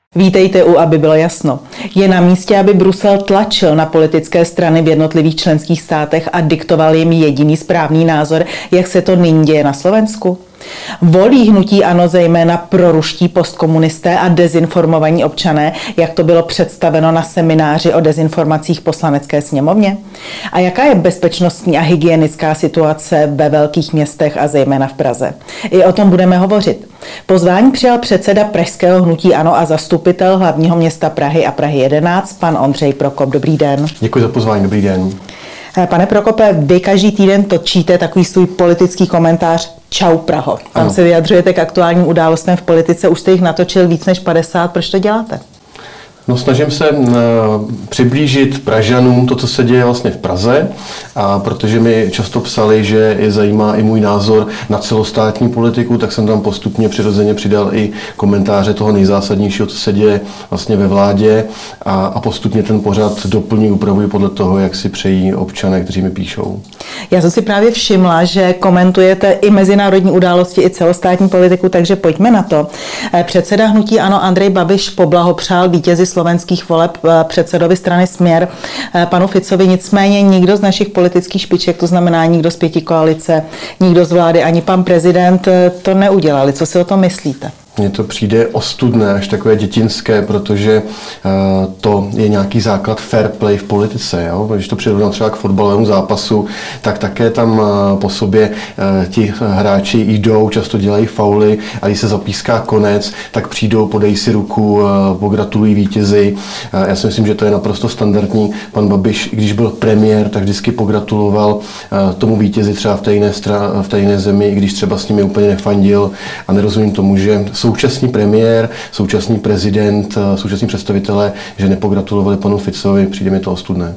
Vítejte u Aby bylo jasno. Je na místě, aby Brusel tlačil na politické strany v jednotlivých členských státech a diktoval jim jediný správný názor, jak se to nyní děje na Slovensku? Volí hnutí ANO zejména proruští postkomunisté a dezinformovaní občané, jak to bylo představeno na semináři o dezinformacích Poslanecké sněmovně? A jaká je bezpečnostní a hygienická situace ve velkých městech a zejména v Praze? I o tom budeme hovořit. Pozvání přijal předseda pražského hnutí ANO a zastupitel hlavního města Prahy a Prahy 11, pan Ondřej Prokop. Dobrý den. Děkuji za pozvání, dobrý den. Pane Prokope, vy každý týden točíte takový svůj politický komentář Čau Praho. Tam se vyjadřujete k aktuálním událostem v politice, už jste jich natočil víc než 50, proč to děláte? No, snažím se přiblížit Pražanům to, co se děje vlastně v Praze, a protože mi často psali, že je zajímá i můj názor na celostátní politiku, tak jsem tam postupně přirozeně přidal i komentáře toho nejzásadnějšího, co se děje vlastně ve vládě, a postupně ten pořad doplňuji, upravuji podle toho, jak si přejí občané, kteří mi píšou. Já jsem si právě všimla, že komentujete i mezinárodní události, i celostátní politiku, takže pojďme na to. Předseda hnutí ANO Andrej Babiš poblahopřál vítězi slovenských voleb předsedovi strany Směr panu Ficovi, nicméně nikdo z našich politických špiček, to znamená nikdo z pětikoalice, nikdo z vlády, ani pan prezident to neudělali. Co si o tom myslíte? Mně to přijde ostudné, až takové dětinské, protože to je nějaký základ fair play v politice. Jo? Když to přirovnám třeba k fotbalovému zápasu, tak také tam po sobě ti hráči jdou, často dělají fauly, a když se zapíská konec, tak přijdou, podejí si ruku, pogratulují vítězi. Já si myslím, že to je naprosto standardní. Pan Babiš, když byl premiér, tak vždycky pogratuloval tomu vítězi třeba v té jiné zemi, i když třeba s nimi úplně nefandil, a nerozumím tomu, že současný premiér, současný prezident, současní představitelé, že nepogratulovali panu Ficovi, přijde mi to ostudné.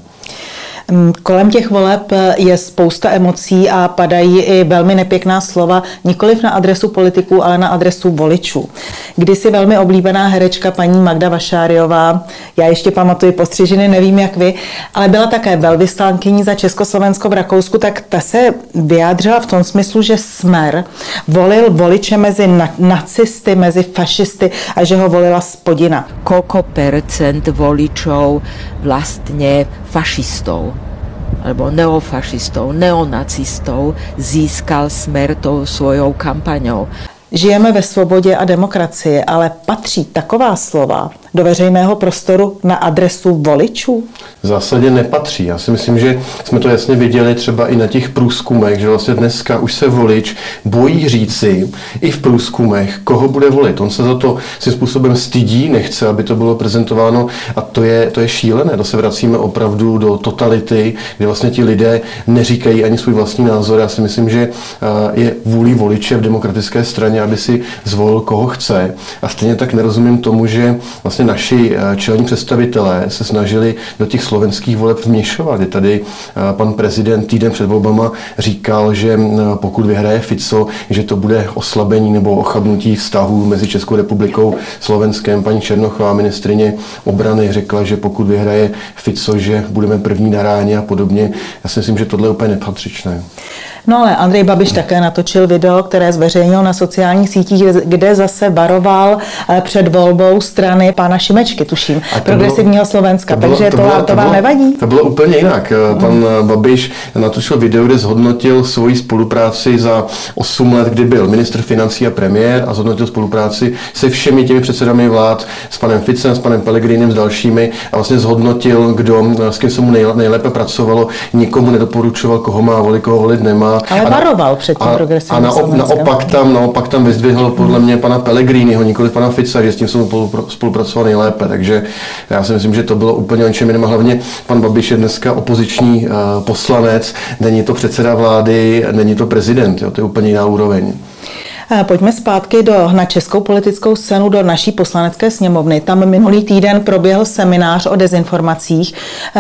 Kolem těch voleb je spousta emocí a padají i velmi nepěkná slova, nikoliv na adresu politiků, ale na adresu voličů. Kdysi velmi oblíbená herečka paní Magda Vašáriová, já ještě pamatuji postřižiny, nevím jak vy, ale byla také velvyslankyní za Československo v Rakousku, tak ta se vyjádřila v tom smyslu, že Smer volil voliče mezi nacisty, mezi fašisty a že ho volila spodina. Koľko percent voličov vlastne fašistov alebo neofašistov, neonacistov získal Smer tou svojou kampaňou. Žijeme ve svobodě a demokracii, ale patří taková slova do veřejného prostoru na adresu voličů? V zásadě nepatří. Já si myslím, že jsme to jasně viděli třeba i na těch průzkumech, že vlastně dneska už se volič bojí říci i v průzkumech, koho bude volit. On se za to svým způsobem stydí, nechce, aby to bylo prezentováno, a to je šílené. To se vracíme opravdu do totality, kde vlastně ti lidé neříkají ani svůj vlastní názor. Já si myslím, že je vůlí voliče v demokratické straně, aby si zvolil, koho chce. A stejně tak nerozumím tomu, že vlastně naši čelní představitelé se snažili do těch slovenských voleb vměšovat. Je tady pan prezident týden před volbama říkal, že pokud vyhraje Fico, že to bude oslabení nebo ochabnutí vztahů mezi Českou republikou a Slovenskem. Paní Černochová, ministryně obrany, řekla, že pokud vyhraje Fico, že budeme první na ráně a podobně. Já si myslím, že tohle je úplně nepatřičné. No ale Andrej Babiš také natočil video, které zveřejnil na sociálních sítích, kde zase varoval před volbou strany pana Šimečky, tuším, Progresivního Slovenska, takže to vám nevadí? To bylo úplně jinak. Pan Babiš natočil video, kde zhodnotil svoji spolupráci za 8 let, kdy byl ministr financí a premiér, a zhodnotil spolupráci se všemi těmi předsedami vlád, s panem Ficem, s panem Pellegrinem, s dalšími, a vlastně zhodnotil, s kým se mu nejlépe pracovalo, nikomu nedoporučoval, koho má volit, koho volit nemá. Ale varoval před tím Progresivním Slovenskem. Naopak tam vyzdvihl podle mě pana Pellegriniho, nikoli pana Fica, že s tím jsem spolupracoval nejlépe. Takže já si myslím, že to bylo úplně o něčem jiném. Hlavně pan Babiš je dneska opoziční poslanec, není to předseda vlády, není to prezident, jo, to je úplně jiná úroveň. Pojďme zpátky na českou politickou scénu, do naší poslanecké sněmovny. Tam minulý týden proběhl seminář o dezinformacích.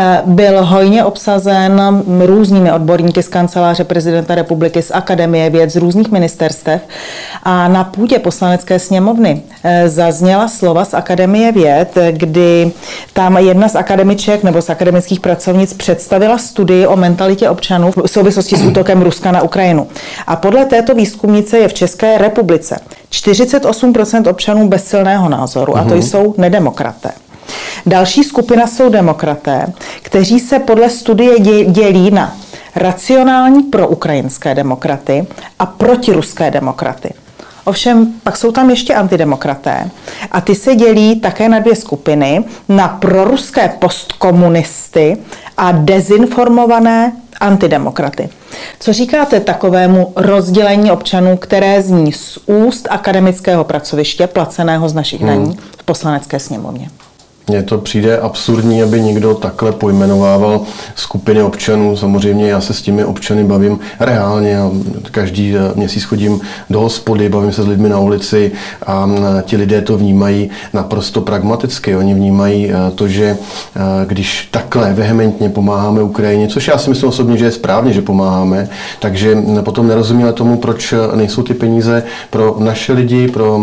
Byl hojně obsazen různými odborníky z kanceláře prezidenta republiky, z Akademie věd, z různých ministerstev. A na půdě poslanecké sněmovny zazněla slova z Akademie věd, kdy tam jedna z akademiček nebo z akademických pracovnic představila studii o mentalitě občanů v souvislosti s útokem Ruska na Ukrajinu. A podle této výzkumnice je v České republice 48% občanů bez silného názoru, a to jsou nedemokraté. Další skupina jsou demokraté, kteří se podle studie dělí na racionální proukrajinské demokraty a protiruské demokraty. Ovšem, pak jsou tam ještě antidemokraté a ty se dělí také na dvě skupiny, na proruské postkomunisty a dezinformované antidemokraty. Co říkáte takovému rozdělení občanů, které zní z úst akademického pracoviště, placeného z našich daní v Poslanecké sněmovně? Mně to přijde absurdní, aby někdo takhle pojmenovával skupiny občanů. Samozřejmě já se s těmi občany bavím reálně. Každý měsíc chodím do hospody, bavím se s lidmi na ulici a ti lidé to vnímají naprosto pragmaticky. Oni vnímají to, že když takhle vehementně pomáháme Ukrajině, což já si myslím osobně, že je správně, že pomáháme, takže potom nerozumíme tomu, proč nejsou ty peníze pro naše lidi, pro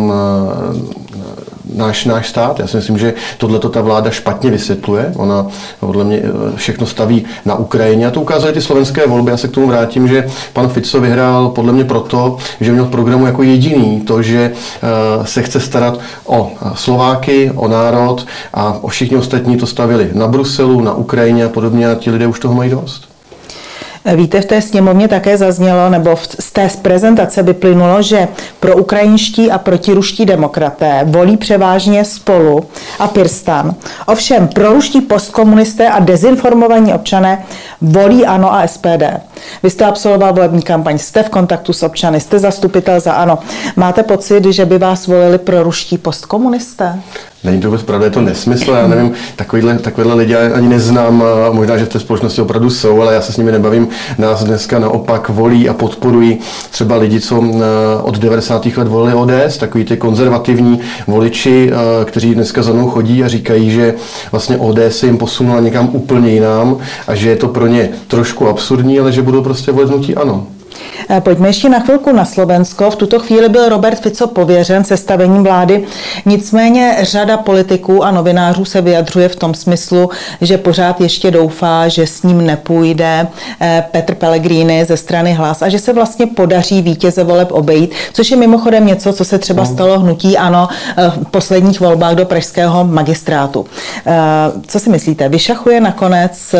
náš stát. Já si myslím, že tohleto ta vláda špatně vysvětluje. Ona podle mě všechno staví na Ukrajině. A to ukázaly ty slovenské volby. Já se k tomu vrátím, že pan Fico vyhrál podle mě proto, že měl v programu jako jediný to, že se chce starat o Slováky, o národ a o všichni ostatní to stavili na Bruselu, na Ukrajině a podobně a ti lidé už toho mají dost. Víte, v té sněmovně také zaznělo, nebo z té prezentace vyplynulo, že proukrajinští a protiruští demokraté volí převážně Spolu a PirSTAN. Ovšem proruští postkomunisté a dezinformovaní občané volí ANO a SPD. Vy jste absolvoval volební kampaň, jste v kontaktu s občany, jste zastupitel za ANO. Máte pocit, že by vás volili proruští postkomunisté? Není to vůbec pravda, je to nesmysl, já nevím, takovýhle lidi ani neznám, možná, že v té společnosti opravdu jsou, ale já se s nimi nebavím. Nás dneska naopak volí a podporují třeba lidi, co od 90. let volili ODS, takový ty konzervativní voliči, kteří dneska za mnou chodí a říkají, že vlastně ODS se jim posunula někam úplně jinam a že je to pro ně trošku absurdní, ale že budou prostě volit hnutí ANO. Pojďme ještě na chvilku na Slovensko. V tuto chvíli byl Robert Fico pověřen sestavením vlády. Nicméně řada politiků a novinářů se vyjadřuje v tom smyslu, že pořád ještě doufá, že s ním nepůjde Petr Pellegrini ze strany Hlas a že se vlastně podaří vítěze voleb obejít, což je mimochodem něco, co se třeba stalo hnutí ANO v posledních volbách do pražského magistrátu. Co si myslíte? Vyšachuje nakonec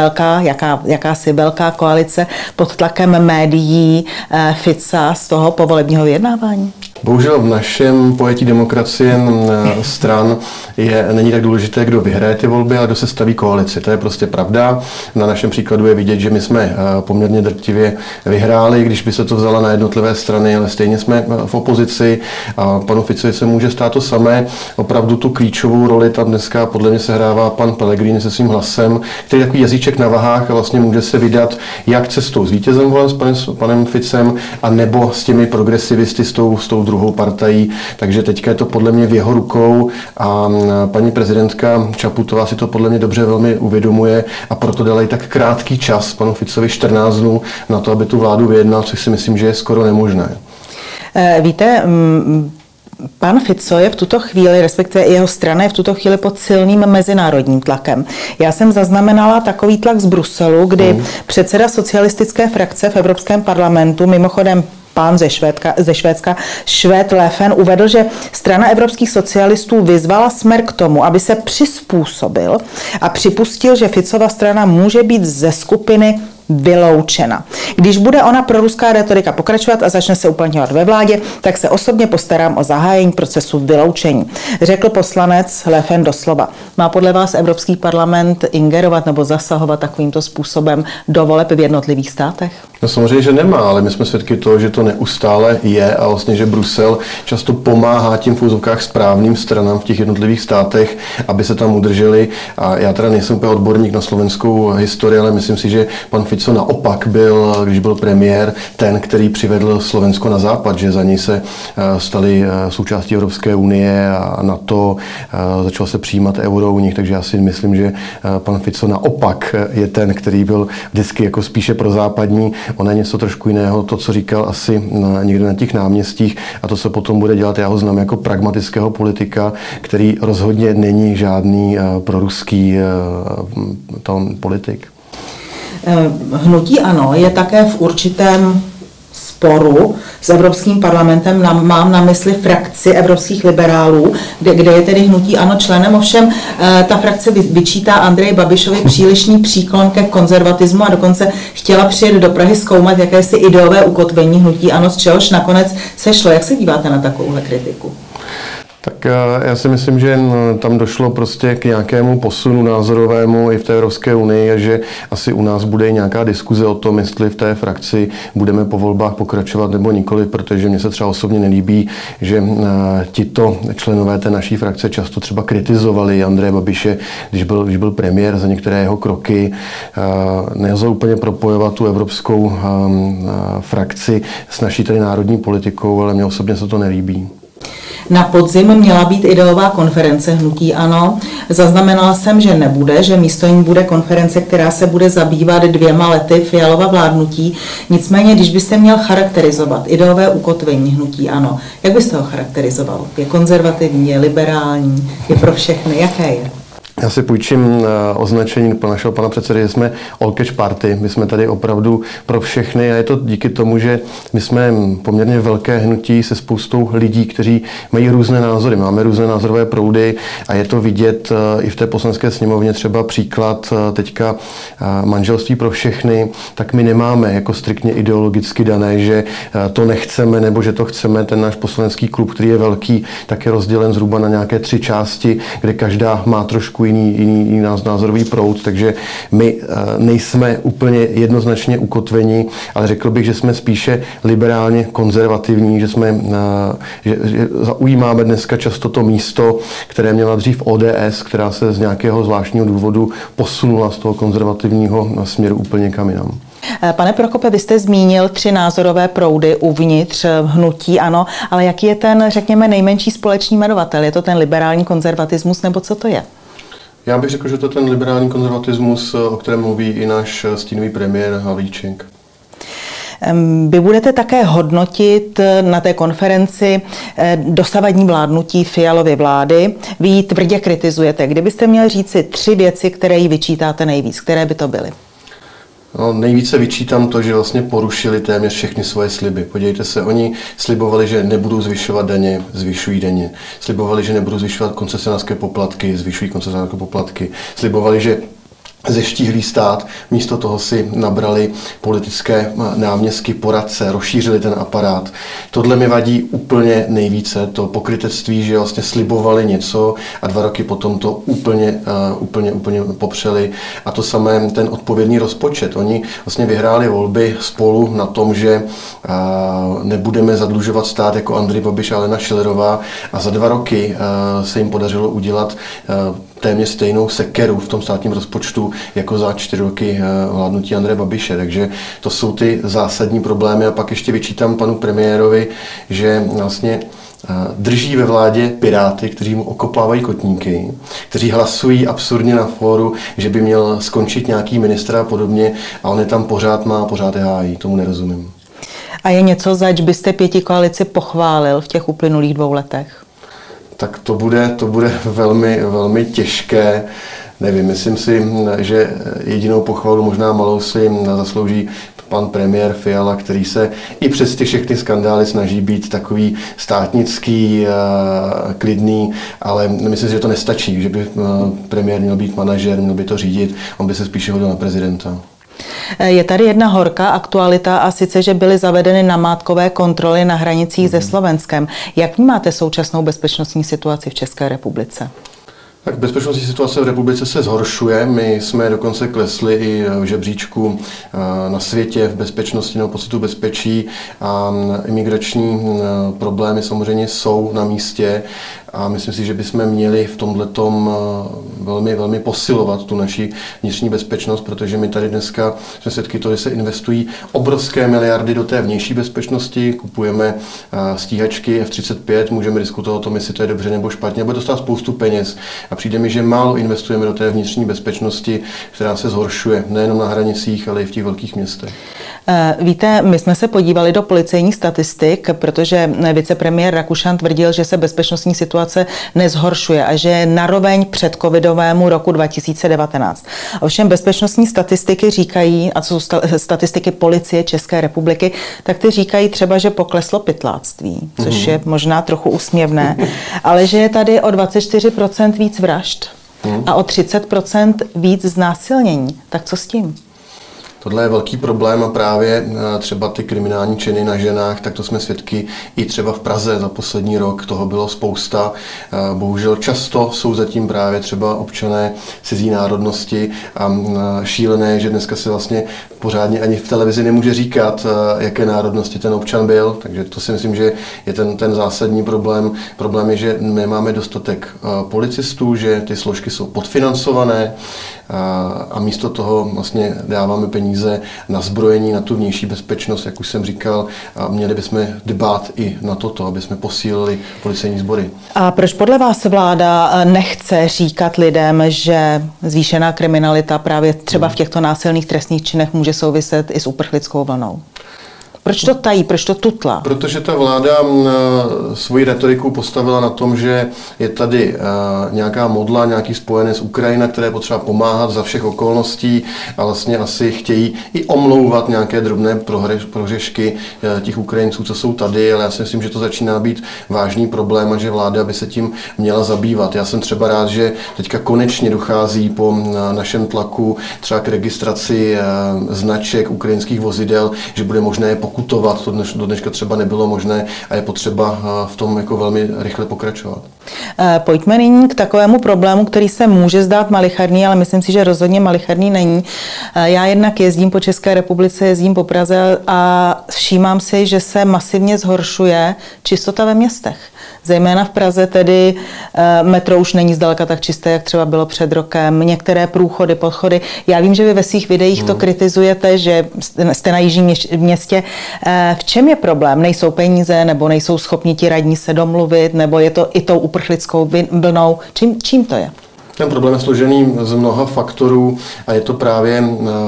jakási velká koalice pod tlakem médií Fica z toho povolebního vyjednávání? Bohužel v našem pojetí demokracie stran není tak důležité, kdo vyhraje ty volby, ale kdo se staví koalici. To je prostě pravda. Na našem příkladu je vidět, že my jsme poměrně drtivě vyhráli, když by se to vzala na jednotlivé strany, ale stejně jsme v opozici a panu Ficovi se může stát to samé. Opravdu tu klíčovou roli tam dneska podle mě sehrává pan Pellegrini se svým Hlasem, který je takový jazyček na vahách a vlastně může se vydat jak cestou s vítězem volem s panem Ficem, a nebo s těmi progresivisty, s tou druhou partají, takže teďka je to podle mě v jeho rukou a paní prezidentka Čaputová si to podle mě dobře velmi uvědomuje a proto dala i tak krátký čas panu Ficovi 14 dnů na to, aby tu vládu vyjednal, což si myslím, že je skoro nemožné. Víte, pan Fico je v tuto chvíli, respektive jeho strana je v tuto chvíli pod silným mezinárodním tlakem. Já jsem zaznamenala takový tlak z Bruselu, kdy předseda socialistické frakce v Evropském parlamentu, mimochodem pán ze Švédska, Švéd Löfven, uvedl, že strana evropských socialistů vyzvala Smer k tomu, aby se přizpůsobil a připustil, že Ficova strana může být ze skupiny vyloučena. Když bude ona proruská retorika pokračovat a začne se uplatňovat ve vládě, tak se osobně postarám o zahájení procesu vyloučení. Řekl poslanec Löfven doslova. Má podle vás Evropský parlament ingerovat nebo zasahovat takovýmto způsobem do voleb v jednotlivých státech? No samozřejmě, že nemá, ale my jsme svědky toho, že to neustále je a vlastně, že Brusel často pomáhá tím v úzovkách správným stranám v těch jednotlivých státech, aby se tam udrželi. A já teda nejsem úplně odborník na slovenskou historii, ale myslím si, že pan Fico naopak byl, když byl premiér, ten, který přivedl Slovensko na západ, že za něj se stali součástí Evropské unie a NATO, začalo se přijímat euro u nich, takže já si myslím, že pan Fico naopak je ten, který byl vždycky jako spíše prozápadní. Ono je něco trošku jiného, to, co říkal asi někde na těch náměstích, a to se potom bude dělat. Já ho znám jako pragmatického politika, který rozhodně není žádný proruský politik. Hnutí ANO je také v určitém sporu s Evropským parlamentem, mám na mysli frakci evropských liberálů, kde je tedy hnutí ANO členem, ovšem ta frakce vyčítá Andreji Babišovi přílišný příklon ke konzervatismu a dokonce chtěla přijet do Prahy zkoumat jakési ideové ukotvení hnutí ANO, z čehož nakonec sešlo. Jak se díváte na takovouhle kritiku? Tak já si myslím, že tam došlo prostě k nějakému posunu názorovému i v té Evropské unii a že asi u nás bude nějaká diskuze o tom, jestli v té frakci budeme po volbách pokračovat nebo nikoli, protože mně se třeba osobně nelíbí, že tito členové té naší frakce často třeba kritizovali Andreje Babiše, když byl premiér, za některé jeho kroky. Nelze úplně propojovat tu evropskou frakci s naší tady národní politikou, ale mně osobně se to nelíbí. Na podzim měla být ideová konference hnutí ANO. Zaznamenala jsem, že nebude, že místo ní bude konference, která se bude zabývat 2 lety Fialova vládnutí. Nicméně, když byste měl charakterizovat ideové ukotvení hnutí ANO, jak byste ho charakterizoval? Je konzervativní, je liberální, je pro všechny? Jaké je? Já si půjčím označení našeho pana předsedy, že jsme all catch party. My jsme tady opravdu pro všechny a je to díky tomu, že my jsme poměrně velké hnutí se spoustou lidí, kteří mají různé názory. Máme různé názorové proudy a je to vidět i v té poslanecké sněmovně. Třeba příklad teďka manželství pro všechny, tak my nemáme jako striktně ideologicky dané, že to nechceme nebo že to chceme. Ten náš poslanecký klub, který je velký, tak je rozdělen zhruba na nějaké 3 části, kde každá má trošku jiný názorový proud, takže my nejsme úplně jednoznačně ukotveni, ale řekl bych, že jsme spíše liberálně konzervativní, že zaujímáme dneska často to místo, které měla dřív ODS, která se z nějakého zvláštního důvodu posunula z toho konzervativního směru úplně kam jinam. Pane Prokope, vy jste zmínil 3 názorové proudy uvnitř hnutí ANO, ale jaký je ten, řekněme, nejmenší společný jmenovatel? Je to ten liberální konzervatismus, nebo co to je? Já bych řekl, že to je ten liberální konzervatismus, o kterém mluví i náš stínový premiér Havlíček. Vy budete také hodnotit na té konferenci dosavadní vládnutí Fialovy vlády. Vy ji tvrdě kritizujete. Kdybyste měl říci 3 věci, které jí vyčítáte nejvíc, které by to byly? No, nejvíce vyčítám to, že vlastně porušili téměř všechny svoje sliby. Podívejte se, oni slibovali, že nebudou zvyšovat daně, zvyšují daně. Slibovali, že nebudou zvyšovat koncesionářské poplatky, zvyšují koncesionářské poplatky. Slibovali, že zeštíhlý stát, místo toho si nabrali politické náměstky, poradce, rozšířili ten aparát. Tohle mi vadí úplně nejvíce, to pokrytectví, že vlastně slibovali něco a 2 roky potom to úplně popřeli. A to samé ten odpovědný rozpočet. Oni vlastně vyhráli volby spolu na tom, že nebudeme zadlužovat stát jako Andrej Babiš a Alena Schillerová a za 2 roky se jim podařilo udělat téměř stejnou sekeru v tom státním rozpočtu jako za 4 roky vládnutí Andreje Babiše. Takže to jsou ty zásadní problémy a pak ještě vyčítám panu premiérovi, že vlastně drží ve vládě Piráty, kteří mu okopávají kotníky, kteří hlasují absurdně na fóru, že by měl skončit nějaký ministr a podobně a on je tam pořád je hájí, tomu nerozumím. A je něco, zač byste pětikoalici pochválil v těch uplynulých 2 letech? Tak to bude velmi těžké. Nevím, myslím si, že jedinou pochvalu, možná malou, si zaslouží pan premiér Fiala, který se i přes ty všechny skandály snaží být takový státnický, klidný, ale myslím si, že to nestačí, že by premiér měl být manažer, měl by to řídit, on by se spíše hodil na prezidenta. Je tady jedna horká aktualita a sice, že byly zavedeny namátkové kontroly na hranicích se Slovenskem. Jak vnímáte současnou bezpečnostní situaci v České republice? Tak bezpečnostní situace v republice se zhoršuje. My jsme dokonce klesli i v žebříčku na světě v bezpečnosti nebo pocitu bezpečí a imigrační problémy samozřejmě jsou na místě a myslím si, že bychom měli v tomhletom velmi posilovat tu naši vnitřní bezpečnost, protože my tady dneska jsme svědky toho, že se investují obrovské miliardy do té vnější bezpečnosti, kupujeme stíhačky F-35, můžeme diskutovat o tom, jestli to je dobře nebo špatně, bude to stát spoustu peněz. A přijde mi, že málo investujeme do té vnitřní bezpečnosti, která se zhoršuje nejenom na hranicích, ale i v těch velkých městech. Víte, my jsme se podívali do policejních statistik, protože vicepremiér Rakušan tvrdil, že se bezpečnostní situace situace nezhoršuje a že je naroveň před covidovému roku 2019. Ovšem bezpečnostní statistiky říkají, a to jsou statistiky Policie České republiky, tak ty říkají třeba, že pokleslo pytláctví, což je možná trochu úsměvné, ale že je tady o 24% víc vražd a o 30% víc znásilnění. Tak co s tím? Tohle je velký problém a právě třeba ty kriminální činy na ženách, tak to jsme svědky i třeba v Praze za poslední rok, toho bylo spousta. Bohužel často jsou zatím právě třeba občané cizí národnosti a šílené, že dneska se vlastně pořádně ani v televizi nemůže říkat, jaké národnosti ten občan byl, takže to si myslím, že je ten zásadní problém. Problém je, že nemáme dostatek policistů, že ty složky jsou podfinancované a místo toho vlastně dáváme peníze na zbrojení, na tu vnější bezpečnost, jak už jsem říkal, a měli bychom dbát i na toto, aby jsme posílili policejní sbory. A proč podle vás vláda nechce říkat lidem, že zvýšená kriminalita právě třeba v těchto násilných trestných činech může souviset i s uprchlickou vlnou? Proč to tají, proč to tutlá? Protože ta vláda svoji retoriku postavila na tom, že je tady nějaká modla, nějaký spojenec Ukrajina, které je potřeba pomáhat za všech okolností a vlastně asi chtějí i omlouvat nějaké drobné prohřešky těch Ukrajinců, co jsou tady, ale já si myslím, že to začíná být vážný problém a že vláda by se tím měla zabývat. Já jsem třeba rád, že teďka konečně dochází po našem tlaku třeba k registraci značek ukrajinských vozidel, že bude možné pokutovat, to do dneška třeba nebylo možné a je potřeba v tom jako velmi rychle pokračovat. Pojďme nyní k takovému problému, který se může zdát malicherný, ale myslím si, že rozhodně malicherný není. Já jednak jezdím po České republice, jezdím po Praze a všímám si, že se masivně zhoršuje čistota ve městech. Zejména v Praze tedy metro už není zdaleka tak čisté, jak třeba bylo před rokem. Některé průchody, podchody. Já vím, že vy ve svých videích to kritizujete, že jste na jižním městě. V čem je problém? Nejsou peníze, nebo nejsou schopni ti radní se domluvit, nebo je to i tou uprchlickou vlnou? Čím to je? Ten problém je složený z mnoha faktorů a je to právě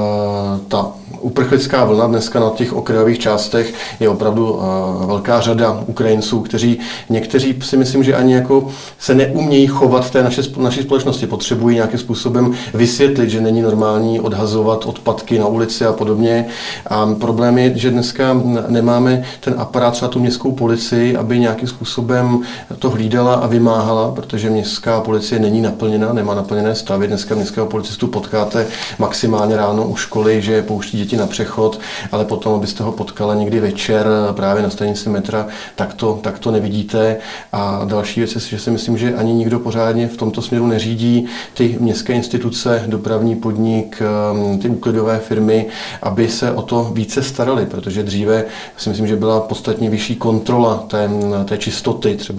ta uprchlická vlna dneska na těch okrajových částech je opravdu velká řada Ukrajinců, kteří někteří si myslím, že ani jako se neumějí chovat v té naší společnosti. Potřebují nějakým způsobem vysvětlit, že není normální odhazovat odpadky na ulici a podobně. A problém je, že dneska nemáme ten aparát, třeba tu městskou policii, aby nějakým způsobem to hlídala a vymáhala, protože městská policie není naplněna, nemá naplněné stavy. Dneska městského policistu potkáte maximálně ráno u školy, že pouští děti na přechod, ale potom, abyste ho potkala někdy večer právě na stanici metra, tak to nevidíte. A další věc je, že si myslím, že ani nikdo pořádně v tomto směru neřídí ty městské instituce, dopravní podnik, ty úklidové firmy, aby se o to více starali, protože dříve si myslím, že byla podstatně vyšší kontrola té čistoty, třeba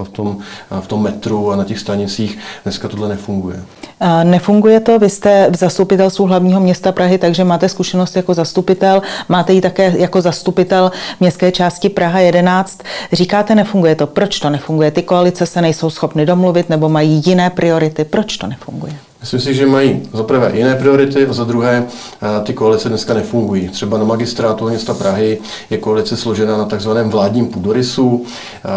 v tom metru a na těch stanicích. Dneska tohle nefunguje. Nefunguje to, vy jste v zastupitelstvu hlavního města Prahy, takže máte zkušenost jako zastupitel, máte ji také jako zastupitel městské části Praha 11. Říkáte, nefunguje to. Proč to nefunguje? Ty koalice se nejsou schopny domluvit nebo mají jiné priority. Proč to nefunguje? Myslím si, že mají za prvé jiné priority a za druhé ty koalice dneska nefungují. Třeba na magistrátu města Prahy je koalice složena na takzvaném vládním půdorysu,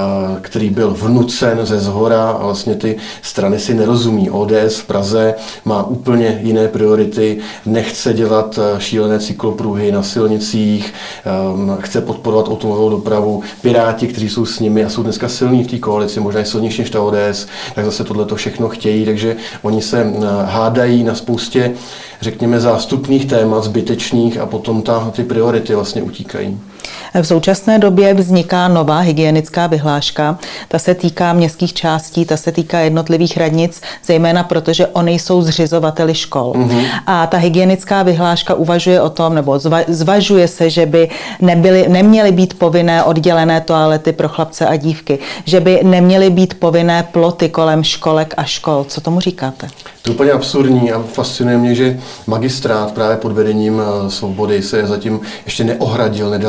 který byl vnucen ze zhora a vlastně ty strany si nerozumí. ODS v Praze má úplně jiné priority, nechce dělat šílené cyklopruhy na silnicích, chce podporovat automobilovou dopravu. Piráti, kteří jsou s nimi a jsou dneska silní v té koalici, možná i silnější než ta ODS, tak zase tohleto všechno chtějí, takže oni se hádají na spoustě, řekněme, zástupných témat, zbytečných a potom ty priority vlastně utíkají. V současné době vzniká nová hygienická vyhláška. Ta se týká městských částí, ta se týká jednotlivých radnic, zejména protože oni jsou zřizovateli škol. A ta hygienická vyhláška uvažuje o tom, nebo zvažuje se, že by neměly být povinné oddělené toalety pro chlapce a dívky, že by neměly být povinné ploty kolem školek a škol. Co tomu říkáte? To je úplně absurdní a fascinuje mě, že magistrát právě pod vedením Svobody se zatím ještě neohradil, nedal oficiální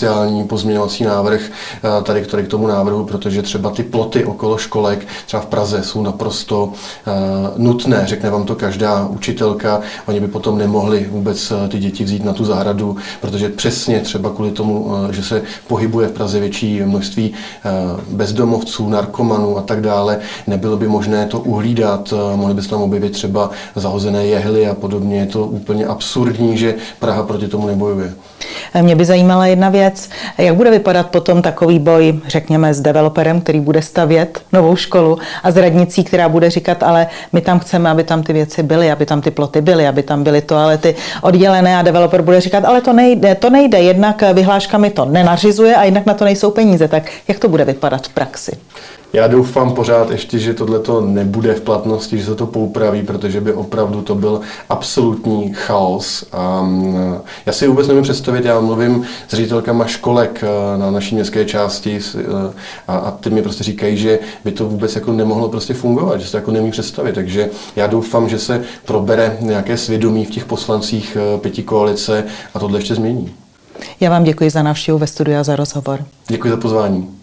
speciální pozměňovací návrh tady k tomu návrhu, protože třeba ty ploty okolo školek třeba v Praze jsou naprosto nutné, řekne vám to každá učitelka, oni by potom nemohli vůbec ty děti vzít na tu zahradu, protože přesně třeba kvůli tomu, že se pohybuje v Praze větší množství bezdomovců, narkomanů a tak dále, nebylo by možné to uhlídat, mohli by se tam objevit třeba zahozené jehly a podobně. Je to úplně absurdní, že Praha proti tomu nebojuje. Mě by zajímala jedna věc, jak bude vypadat potom takový boj, řekněme, s developerem, který bude stavět novou školu a s radnicí, která bude říkat, ale my tam chceme, aby tam ty věci byly, aby tam ty ploty byly, aby tam byly toalety oddělené a developer bude říkat, ale to nejde, jednak vyhláška mi to nenařizuje a jednak na to nejsou peníze. Tak jak to bude vypadat v praxi? Já doufám pořád ještě, že tohleto nebude v platnosti, že se to poupraví, protože by opravdu to byl absolutní chaos. A já si vůbec nemůžu představit, já mluvím s ředitelkama školek na naší městské části a ty mi prostě říkají, že by to vůbec jako nemohlo prostě fungovat, že se to jako nemůžu představit. Takže já doufám, že se probere nějaké svědomí v těch poslancích pětikoalice a tohle ještě změní. Já vám děkuji za návštěvu ve studiu a za rozhovor. Děkuji za pozvání.